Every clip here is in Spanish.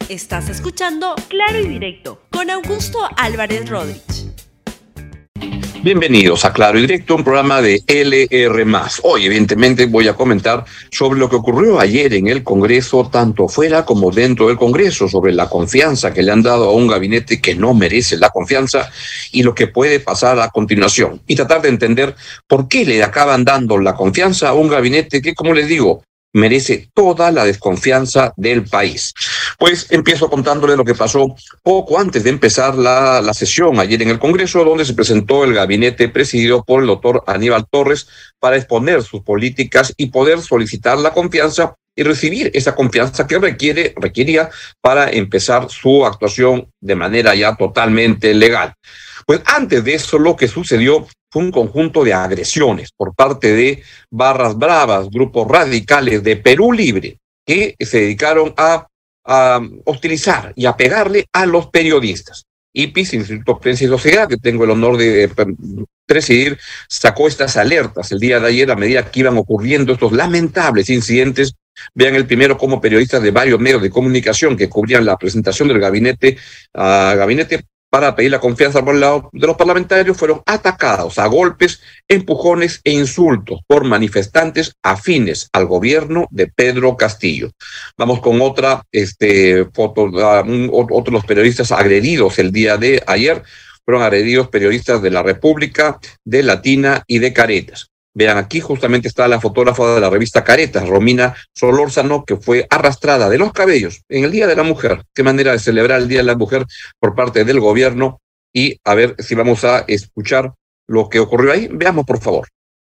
Estás escuchando Claro y Directo con Augusto Álvarez Rodríguez. Bienvenidos a Claro y Directo, un programa de LR+. Hoy, evidentemente, voy a comentar sobre lo que ocurrió ayer en el Congreso, tanto fuera como dentro del Congreso, sobre la confianza que le han dado a un gabinete que no merece la confianza y lo que puede pasar a continuación. Y tratar de entender por qué le acaban dando la confianza a un gabinete que, como les digo, merece toda la desconfianza del país. Pues empiezo contándole lo que pasó poco antes de empezar la sesión ayer en el Congreso, donde se presentó el gabinete presidido por el doctor Aníbal Torres para exponer sus políticas y poder solicitar la confianza y recibir esa confianza que requería para empezar su actuación de manera ya totalmente legal. Pues antes de eso, lo que sucedió fue un conjunto de agresiones por parte de barras bravas, grupos radicales de Perú Libre, que se dedicaron a hostilizar y a pegarle a los periodistas. IPIS, Instituto Prensa y Sociedad, que tengo el honor de presidir, sacó estas alertas el día de ayer a medida que iban ocurriendo estos lamentables incidentes. Vean el primero como periodistas de varios medios de comunicación que cubrían la presentación del gabinete para pedir la confianza por el lado de los parlamentarios fueron atacados a golpes, empujones e insultos por manifestantes afines al gobierno de Pedro Castillo. Vamos con otra foto, otro de los periodistas agredidos el día de ayer. Fueron agredidos periodistas de La República, de Latina y de Caretas. Vean, aquí justamente está la fotógrafa de la revista Caretas, Romina Solórzano, que fue arrastrada de los cabellos en el Día de la Mujer. Qué manera de celebrar el Día de la Mujer por parte del gobierno. Y a ver si vamos a escuchar lo que ocurrió ahí. Veamos, por favor.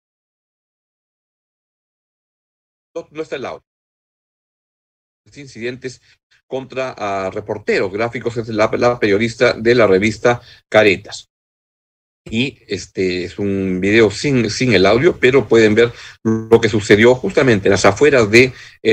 No está el audio. Incidentes contra reporteros gráficos, es la periodista de la revista Caretas. Y es un video sin el audio, pero pueden ver lo que sucedió justamente en las afueras de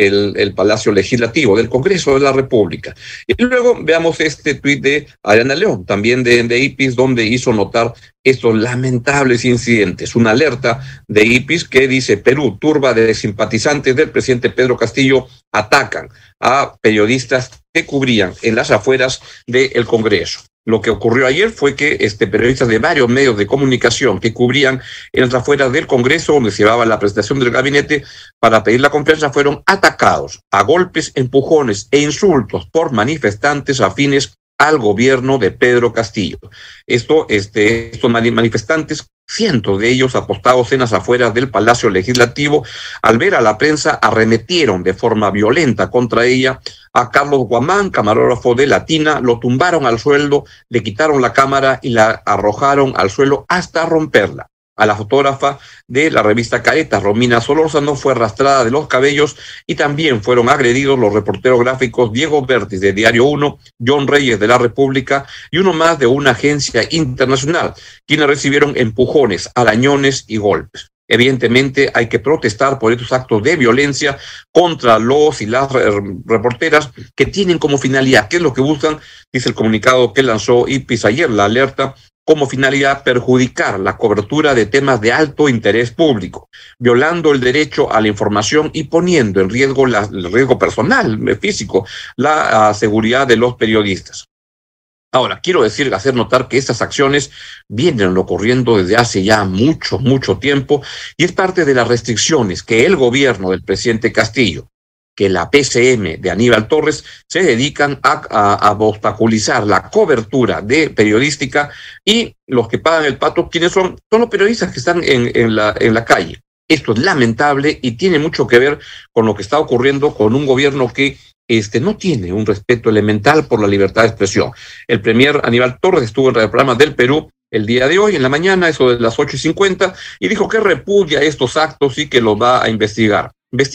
el Palacio Legislativo del Congreso de la República. Y luego veamos este tuit de Ariana León, también de IPIS, donde hizo notar estos lamentables incidentes. Una alerta de IPIS que dice: Perú, turba de simpatizantes del presidente Pedro Castillo atacan a periodistas que cubrían en las afueras del Congreso. Lo que ocurrió ayer fue que periodistas de varios medios de comunicación que cubrían en las afueras del Congreso, donde se llevaba la presentación del gabinete para pedir la confianza, fueron atacados a golpes, empujones e insultos por manifestantes afines al gobierno de Pedro Castillo. Estos manifestantes, cientos de ellos apostados en las afueras del Palacio Legislativo, al ver a la prensa arremetieron de forma violenta contra ella. A Carlos Guamán, camarógrafo de Latina, lo tumbaron al suelo, le quitaron la cámara y la arrojaron al suelo hasta romperla. A la fotógrafa de la revista Caretas, Romina Solórzano, fue arrastrada de los cabellos y también fueron agredidos los reporteros gráficos Diego Bertis de Diario 1, John Reyes de La República y uno más de una agencia internacional, quienes recibieron empujones, arañones y golpes. Evidentemente hay que protestar por estos actos de violencia contra los y las reporteras que tienen como finalidad, ¿qué es lo que buscan? Dice el comunicado que lanzó IPIS ayer, la alerta, como finalidad perjudicar la cobertura de temas de alto interés público, violando el derecho a la información y poniendo en riesgo el riesgo personal, físico, la seguridad de los periodistas. Ahora, quiero hacer notar que estas acciones vienen ocurriendo desde hace ya mucho tiempo y es parte de las restricciones que el gobierno del presidente Castillo, que la PCM de Aníbal Torres, se dedican a obstaculizar la cobertura de periodística, y los que pagan el pato, ¿quiénes son? Son los periodistas que están en la calle. Esto es lamentable y tiene mucho que ver con lo que está ocurriendo con un gobierno que no tiene un respeto elemental por la libertad de expresión. El premier Aníbal Torres estuvo en el programa del Perú el día de hoy, en la mañana, eso de las 8:50, y dijo que repudia estos actos y que los va a investigar.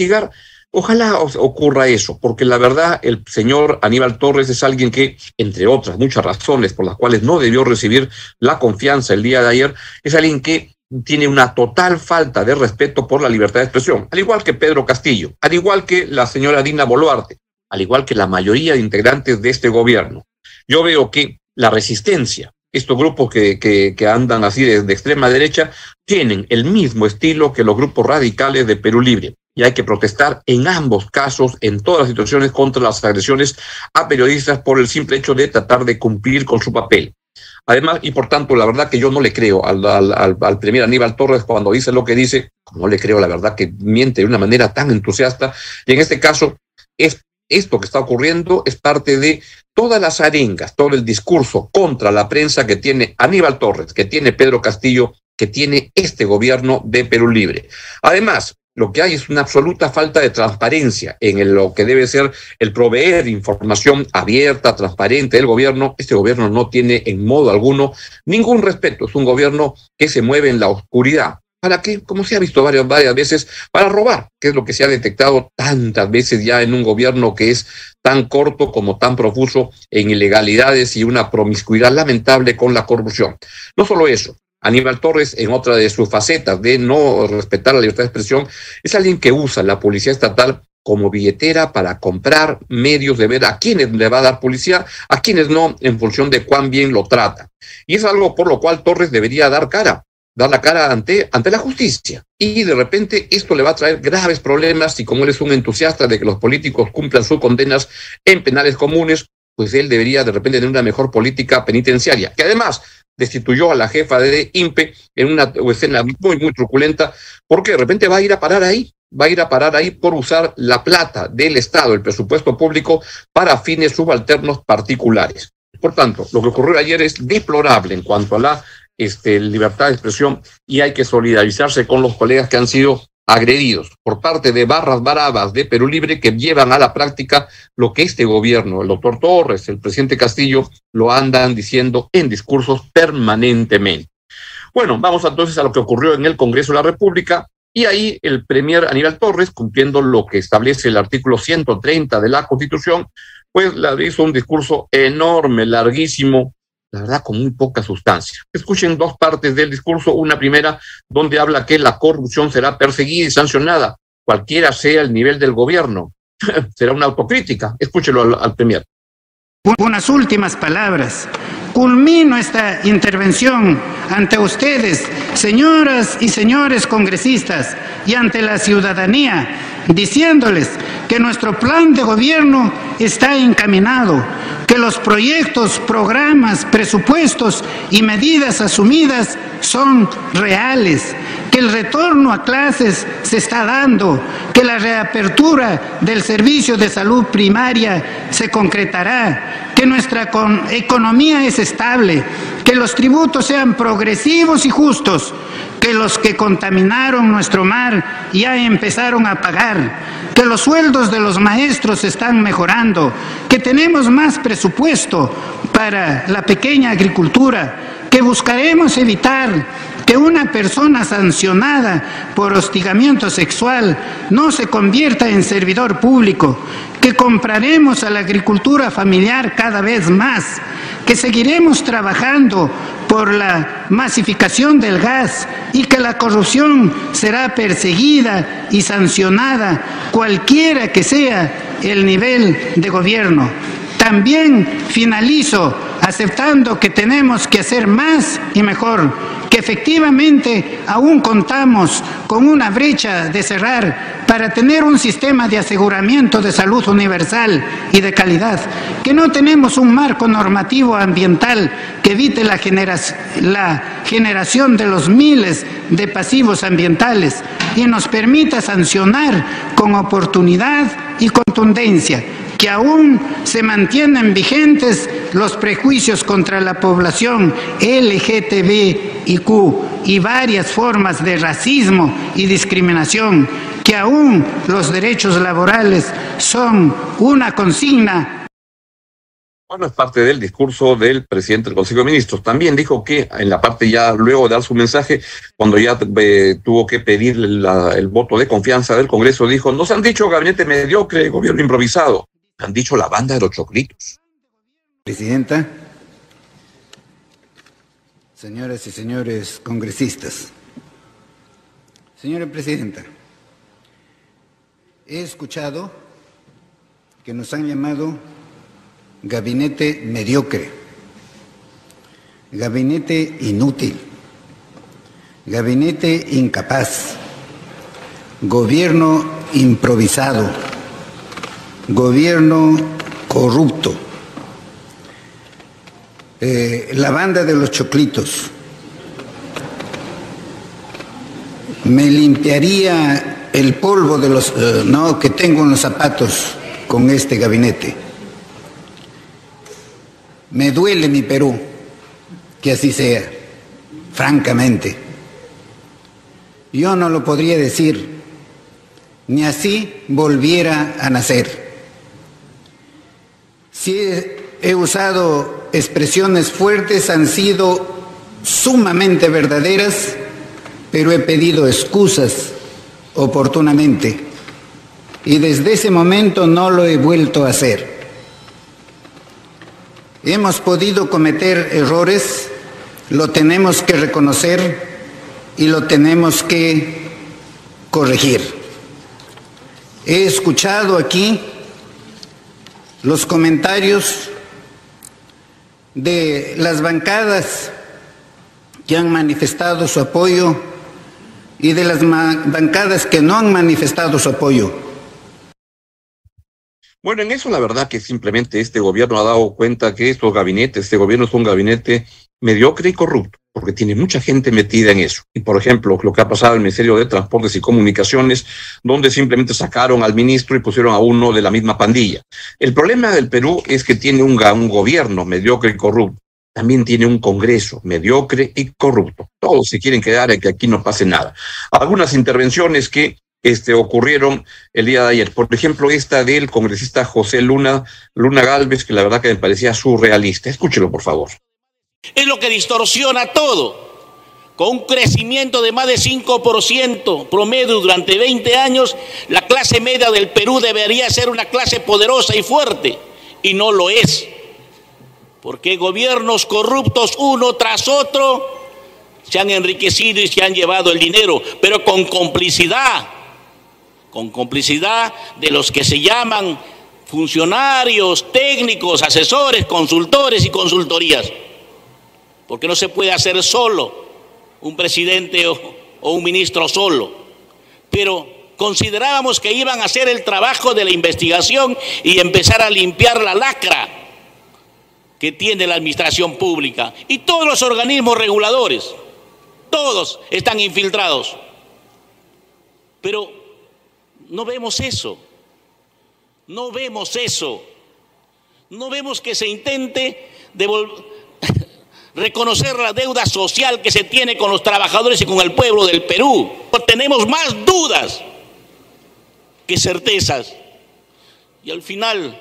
Ojalá ocurra eso, porque la verdad el señor Aníbal Torres es alguien que, entre otras muchas razones por las cuales no debió recibir la confianza el día de ayer, es alguien que tiene una total falta de respeto por la libertad de expresión, al igual que Pedro Castillo, al igual que la señora Dina Boluarte, al igual que la mayoría de integrantes de este gobierno. Yo veo que la resistencia, estos grupos que andan así de extrema derecha, tienen el mismo estilo que los grupos radicales de Perú Libre. y hay que protestar en ambos casos, en todas las situaciones, contra las agresiones a periodistas por el simple hecho de tratar de cumplir con su papel. Además, y por tanto, la verdad que yo no le creo al premier Aníbal Torres cuando dice lo que dice, no le creo la verdad que miente de una manera tan entusiasta, y en este caso, esto que está ocurriendo es parte de todas las arengas, todo el discurso contra la prensa que tiene Aníbal Torres, que tiene Pedro Castillo, que tiene este gobierno de Perú Libre. Además, lo que hay es una absoluta falta de transparencia en lo que debe ser el proveer información abierta, transparente del gobierno. Este gobierno no tiene en modo alguno ningún respeto. Es un gobierno que se mueve en la oscuridad. ¿Para qué? Como se ha visto varias veces, para robar, que es lo que se ha detectado tantas veces ya en un gobierno que es tan corto como tan profuso en ilegalidades y una promiscuidad lamentable con la corrupción. No solo eso, Aníbal Torres, en otra de sus facetas de no respetar la libertad de expresión, es alguien que usa la policía estatal como billetera para comprar medios de ver a quienes le va a dar publicidad, a quienes no, en función de cuán bien lo trata. Y es algo por lo cual Torres debería dar la cara ante la justicia. Y de repente esto le va a traer graves problemas, y como él es un entusiasta de que los políticos cumplan sus condenas en penales comunes, pues él debería de repente tener una mejor política penitenciaria, que además destituyó a la jefa de INPE en una escena muy truculenta, porque de repente va a ir a parar ahí por usar la plata del Estado, el presupuesto público, para fines subalternos particulares. Por tanto, lo que ocurrió ayer es deplorable en cuanto a la libertad de expresión, y hay que solidarizarse con los colegas que han sido agredidos por parte de barras bravas de Perú Libre, que llevan a la práctica lo que este gobierno, el doctor Torres, el presidente Castillo, lo andan diciendo en discursos permanentemente. Bueno, vamos entonces a lo que ocurrió en el Congreso de la República, y ahí el premier Aníbal Torres, cumpliendo lo que establece el artículo 130 de la Constitución, pues le hizo un discurso enorme, larguísimo, la verdad con muy poca sustancia. Escuchen dos partes del discurso. Una primera donde habla que la corrupción será perseguida y sancionada, cualquiera sea el nivel del gobierno. Será una autocrítica. Escúchelo al premier. Unas últimas palabras. Culmino esta intervención ante ustedes, señoras y señores congresistas, y ante la ciudadanía, diciéndoles que nuestro plan de gobierno está encaminado, que los proyectos, programas, presupuestos y medidas asumidas son reales, que el retorno a clases se está dando, que la reapertura del servicio de salud primaria se concretará, que nuestra economía es estable, que los tributos sean progresivos y justos, que los que contaminaron nuestro mar ya empezaron a pagar, que los sueldos de los maestros están mejorando, que tenemos más presupuesto para la pequeña agricultura, que buscaremos evitar que una persona sancionada por hostigamiento sexual no se convierta en servidor público, que compraremos a la agricultura familiar cada vez más, que seguiremos trabajando por la masificación del gas y que la corrupción será perseguida y sancionada cualquiera que sea el nivel de gobierno. También finalizo aceptando que tenemos que hacer más y mejor, que efectivamente aún contamos con una brecha de cerrar para tener un sistema de aseguramiento de salud universal y de calidad, que no tenemos un marco normativo ambiental que evite la generación de los miles de pasivos ambientales y nos permita sancionar con oportunidad y contundencia, que aún se mantienen vigentes los prejuicios contra la población LGTBIQ y varias formas de racismo y discriminación, que aún los derechos laborales son una consigna. Bueno, es parte del discurso del presidente del Consejo de Ministros. También dijo que en la parte ya luego de dar su mensaje, cuando ya tuvo que pedir el voto de confianza del Congreso, dijo: nos han dicho gabinete mediocre, gobierno improvisado. Han dicho la banda de los choclitos. Presidenta, señoras y señores congresistas. Señora Presidenta, he escuchado que nos han llamado gabinete mediocre, gabinete inútil, gabinete incapaz, gobierno improvisado, gobierno corrupto, la banda de los choclitos. Me limpiaría el polvo de los que tengo en los zapatos con este gabinete. Me duele mi Perú, que así sea, francamente. Yo no lo podría decir, ni así volviera a nacer. Si he usado expresiones fuertes, han sido sumamente verdaderas, pero he pedido excusas oportunamente y desde ese momento no lo he vuelto a hacer. Hemos podido cometer errores, lo tenemos que reconocer y lo tenemos que corregir. He escuchado aquí los comentarios de las bancadas que han manifestado su apoyo y de las bancadas que no han manifestado su apoyo. Bueno, en eso la verdad que simplemente este gobierno ha dado cuenta que este gobierno es un gabinete mediocre y corrupto, porque tiene mucha gente metida en eso. Y por ejemplo, lo que ha pasado en el Ministerio de Transportes y Comunicaciones, donde simplemente sacaron al ministro y pusieron a uno de la misma pandilla. El problema del Perú es que tiene un gobierno mediocre y corrupto. También tiene un Congreso mediocre y corrupto. Todos se quieren quedar en que aquí no pase nada. Algunas intervenciones que ocurrieron el día de ayer. Por ejemplo, esta del congresista José Luna Gálvez, que la verdad que me parecía surrealista. Escúchelo, por favor. Es lo que distorsiona todo. Con un crecimiento de más de 5% promedio durante 20 años, la clase media del Perú debería ser una clase poderosa y fuerte, y no lo es. Porque gobiernos corruptos uno tras otro se han enriquecido y se han llevado el dinero, pero con complicidad de los que se llaman funcionarios, técnicos, asesores, consultores y consultorías. Porque no se puede hacer solo un presidente o un ministro solo. Pero considerábamos que iban a hacer el trabajo de la investigación y empezar a limpiar la lacra que tiene la administración pública. Y todos los organismos reguladores, todos están infiltrados. Pero no vemos eso. No vemos eso. No vemos que se intente reconocer la deuda social que se tiene con los trabajadores y con el pueblo del Perú. Tenemos más dudas que certezas. Y al final,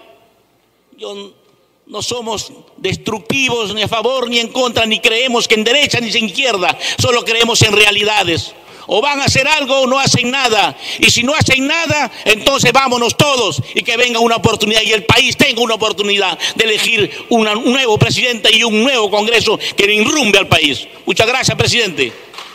no somos destructivos ni a favor ni en contra, ni creemos que en derecha ni en izquierda, solo creemos en realidades. O van a hacer algo o no hacen nada. Y si no hacen nada, entonces vámonos todos y que venga una oportunidad y el país tenga una oportunidad de elegir un nuevo presidente y un nuevo Congreso que enrumbe al país. Muchas gracias, presidente.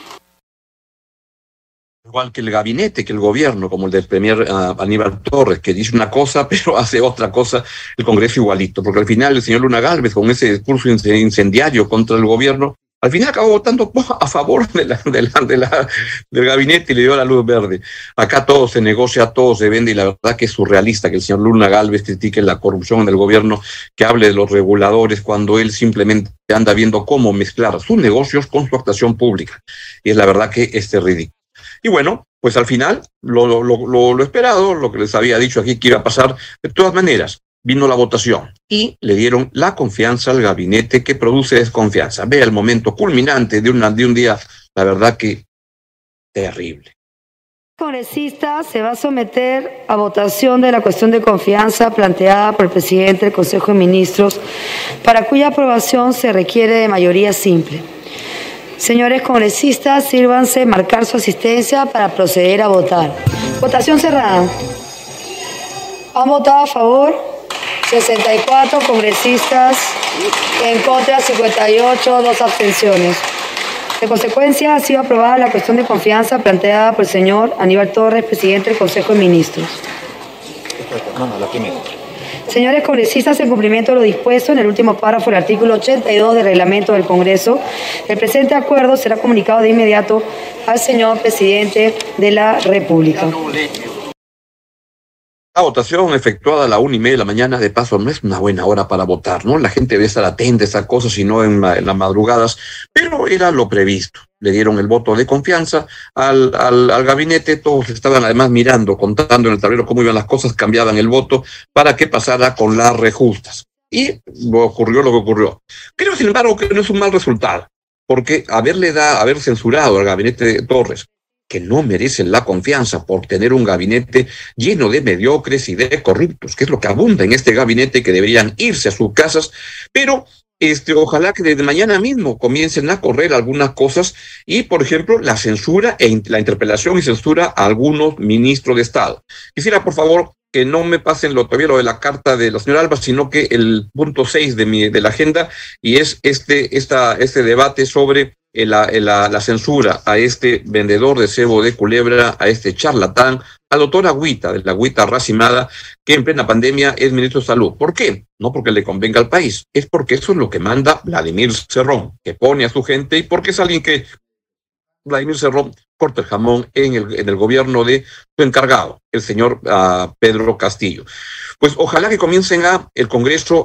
Igual que el gabinete, que el gobierno, como el del premier Aníbal Torres, que dice una cosa pero hace otra cosa, el Congreso igualito. Porque al final el señor Luna Gálvez, con ese discurso incendiario contra el gobierno, al final acabó votando a favor del gabinete y le dio la luz verde. Acá todo se negocia, todo se vende, y la verdad que es surrealista que el señor Luna Gálvez critique la corrupción del gobierno, que hable de los reguladores, cuando él simplemente anda viendo cómo mezclar sus negocios con su actuación pública. Y es la verdad que es ridículo. Y bueno, pues al final, lo esperado, lo que les había dicho aquí que iba a pasar, de todas maneras, vino la votación y le dieron la confianza al gabinete que produce desconfianza. Vea el momento culminante de un día, la verdad que terrible. Congresista se va a someter a votación de la cuestión de confianza planteada por el presidente del Consejo de Ministros, para cuya aprobación se requiere de mayoría simple. Señores congresistas, sírvanse marcar su asistencia para proceder a votar. Votación cerrada. ¿Han votado a favor? 64 congresistas, en contra 58, 2 abstenciones. De consecuencia, ha sido aprobada la cuestión de confianza planteada por el señor Aníbal Torres, presidente del Consejo de Ministros. La primera. Señores congresistas, en cumplimiento de lo dispuesto en el último párrafo del artículo 82 del reglamento del Congreso, el presente acuerdo será comunicado de inmediato al señor presidente de la República. La votación efectuada a la 1:30 de la mañana, de paso, no es una buena hora para votar, ¿no? La gente debe estar atenta a esas cosas y no en las madrugadas, pero era lo previsto. Le dieron el voto de confianza al gabinete, todos estaban además mirando, contando en el tablero cómo iban las cosas, cambiaban el voto para que pasara con las rejustas. Y ocurrió lo que ocurrió. Creo, sin embargo, que no es un mal resultado, porque haber censurado al gabinete de Torres, que no merecen la confianza por tener un gabinete lleno de mediocres y de corruptos, que es lo que abunda en este gabinete, que deberían irse a sus casas, pero ojalá que desde mañana mismo comiencen a correr algunas cosas y, por ejemplo, la censura la interpelación y censura a algunos ministros de Estado. Quisiera, por favor, que no me pasen todavía lo de la carta de la señora Alba, sino que el punto 6 de la agenda, y es este debate sobre la censura a este vendedor de cebo de culebra, a este charlatán, al doctor Agüita, de la Agüita racimada, que en plena pandemia es ministro de Salud. ¿Por qué? No porque le convenga al país, es porque eso es lo que manda Vladimir Cerrón, que pone a su gente, y porque es alguien que Vladimir Cerrón corta el jamón en el gobierno de su encargado, el señor Pedro Castillo. Pues ojalá que comiencen el Congreso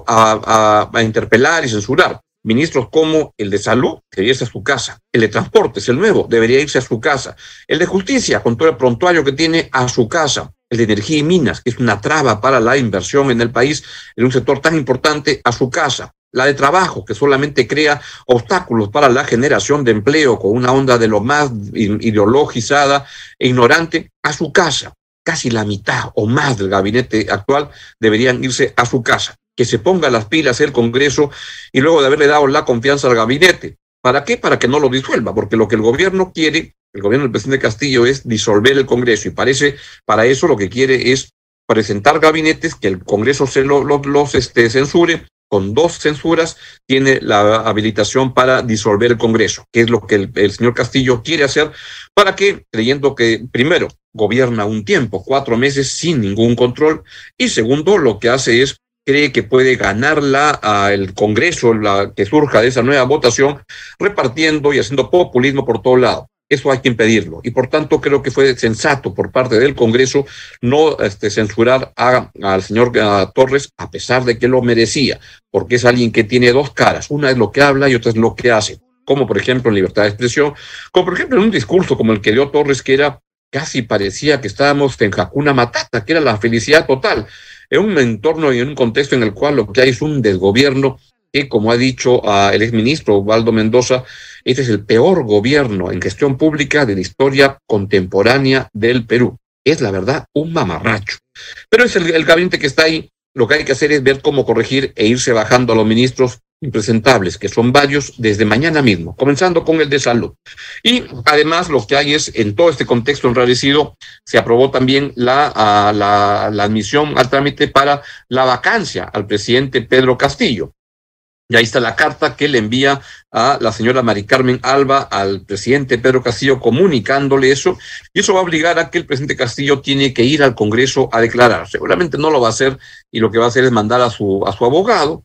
a interpelar y censurar ministros como el de Salud, que debería irse a su casa; el de Transportes, el nuevo, debería irse a su casa; el de Justicia, con todo el prontuario que tiene, a su casa; el de Energía y Minas, que es una traba para la inversión en el país, en un sector tan importante, a su casa; la de Trabajo, que solamente crea obstáculos para la generación de empleo con una onda de lo más ideologizada e ignorante, a su casa. Casi la mitad o más del gabinete actual deberían irse a su casa. Que se ponga las pilas el Congreso, y luego de haberle dado la confianza al gabinete. ¿Para qué? Para que no lo disuelva, porque lo que el gobierno quiere, el gobierno del presidente Castillo, es disolver el Congreso, y para eso lo que quiere es presentar gabinetes que el Congreso se los censure. Con 2 censuras tiene la habilitación para disolver el Congreso, que es lo que el señor Castillo quiere hacer, para que, creyendo que, primero, gobierna un tiempo, 4 meses sin ningún control, y segundo, lo que hace es cree que puede ganarla el Congreso, que surja de esa nueva votación, repartiendo y haciendo populismo por todo lado. Eso hay que impedirlo, y por tanto creo que fue sensato por parte del Congreso no censurar al señor Torres, a pesar de que lo merecía, porque es alguien que tiene 2 caras, una es lo que habla y otra es lo que hace, como por ejemplo en libertad de expresión, como por ejemplo en un discurso como el que dio Torres, que casi parecía que estábamos en Hakuna Matata, que era la felicidad total, en un entorno y en un contexto en el cual lo que hay es un desgobierno que, como ha dicho el exministro Osvaldo Mendoza, este es el peor gobierno en gestión pública de la historia contemporánea del Perú. Es, la verdad, un mamarracho. Pero es el gabinete que está ahí. Lo que hay que hacer es ver cómo corregir e irse bajando a los ministros impresentables, que son varios, desde mañana mismo, comenzando con el de Salud. Y además lo que hay es, en todo este contexto enrarecido, se aprobó también la admisión al trámite para la vacancia al presidente Pedro Castillo. Y ahí está la carta que le envía a la señora Mari Carmen Alba al presidente Pedro Castillo, comunicándole eso, y eso va a obligar a que el presidente Castillo tiene que ir al Congreso a declarar. Seguramente no lo va a hacer, y lo que va a hacer es mandar a su abogado,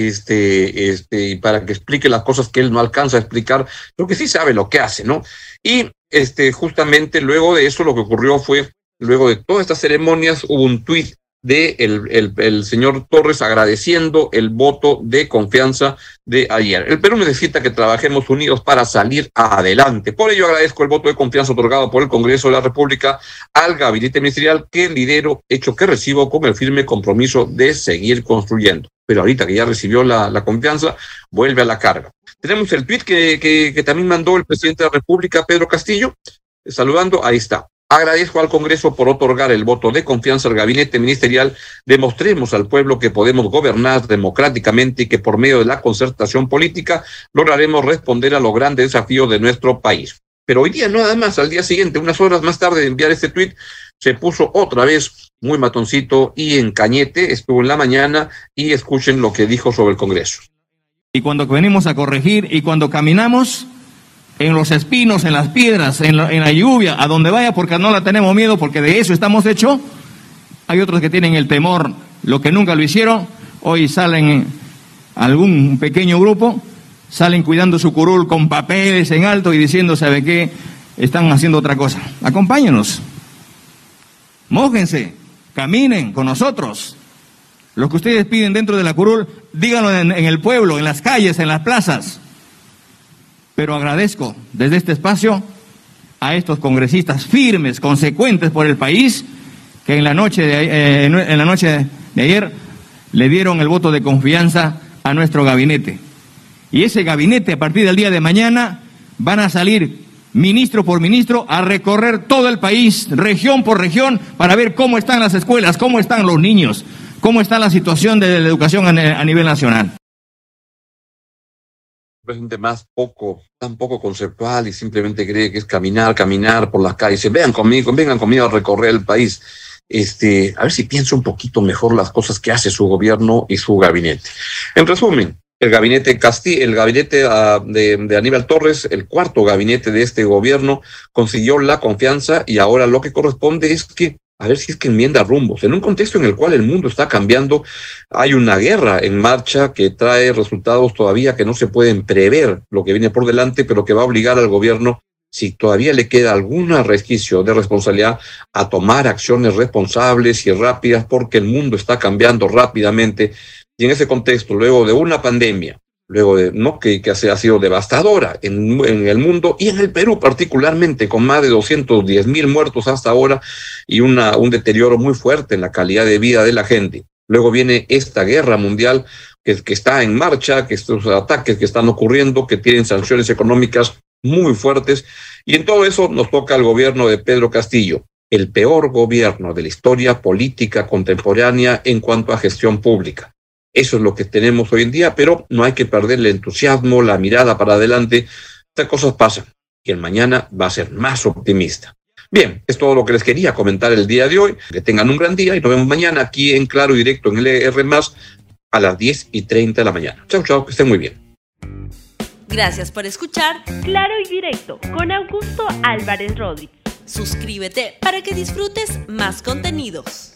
para que explique las cosas que él no alcanza a explicar, pero que sí sabe lo que hace, ¿no? Y justamente luego de eso, lo que ocurrió fue, luego de todas estas ceremonias, hubo un tuit de el señor Torres agradeciendo el voto de confianza de ayer. El Perú necesita que trabajemos unidos para salir adelante. Por ello agradezco el voto de confianza otorgado por el Congreso de la República al gabinete ministerial que lidero, hecho que recibo con el firme compromiso de seguir construyendo. Pero ahorita que ya recibió la confianza, vuelve a la carga. Tenemos el tuit que también mandó el presidente de la República, Pedro Castillo, saludando. Ahí está. Agradezco al Congreso por otorgar el voto de confianza al gabinete ministerial. Demostremos al pueblo que podemos gobernar democráticamente y que por medio de la concertación política lograremos responder a los grandes desafíos de nuestro país. Pero hoy día, nada más, al día siguiente, unas horas más tarde de enviar este tuit, se puso otra vez muy matoncito y en cañete, estuvo en la mañana, y escuchen lo que dijo sobre el Congreso. Y cuando venimos a corregir y cuando caminamos en los espinos, en las piedras, en la lluvia, a donde vaya, porque no la tenemos miedo, porque de eso estamos hechos. Hay otros que tienen el temor, lo que nunca lo hicieron, hoy salen algún pequeño grupo, salen cuidando su curul con papeles en alto y diciendo, ¿sabe qué? Están haciendo otra cosa. Acompáñenos, mójense, caminen con nosotros. Lo que ustedes piden dentro de la curul, díganlo en el pueblo, en las calles, en las plazas. Pero agradezco desde este espacio a estos congresistas firmes, consecuentes por el país, que en la noche de ayer le dieron el voto de confianza a nuestro gabinete. Y ese gabinete, a partir del día de mañana, van a salir ministro por ministro a recorrer todo el país, región por región, para ver cómo están las escuelas, cómo están los niños, cómo está la situación de la educación a nivel nacional. Presidente tan poco conceptual y simplemente cree que es caminar por las calles. Vengan conmigo a recorrer el país. A ver si piensa un poquito mejor las cosas que hace su gobierno y su gabinete. En resumen, el gabinete de Aníbal Torres, el cuarto gabinete de este gobierno, consiguió la confianza y ahora lo que corresponde es que a ver si es que enmienda rumbos. En un contexto en el cual el mundo está cambiando, hay una guerra en marcha que trae resultados todavía que no se pueden prever lo que viene por delante, pero que va a obligar al gobierno, si todavía le queda algún resquicio de responsabilidad, a tomar acciones responsables y rápidas, porque el mundo está cambiando rápidamente. Y en ese contexto, luego de una pandemia, que ha sido devastadora en el mundo y en el Perú particularmente, con más de 210,000 muertos hasta ahora y un deterioro muy fuerte en la calidad de vida de la gente. Luego viene esta guerra mundial que está en marcha, que estos ataques que están ocurriendo, que tienen sanciones económicas muy fuertes, y en todo eso nos toca al gobierno de Pedro Castillo, el peor gobierno de la historia política contemporánea en cuanto a gestión pública. Eso es lo que tenemos hoy en día, pero no hay que perder el entusiasmo, la mirada para adelante. Estas cosas pasan y el mañana va a ser más optimista. Bien, es todo lo que les quería comentar el día de hoy. Que tengan un gran día y nos vemos mañana aquí en Claro y Directo en LR+, a las 10:30 de la mañana. Chau, que estén muy bien. Gracias por escuchar Claro y Directo con Augusto Álvarez Rodríguez. Suscríbete para que disfrutes más contenidos.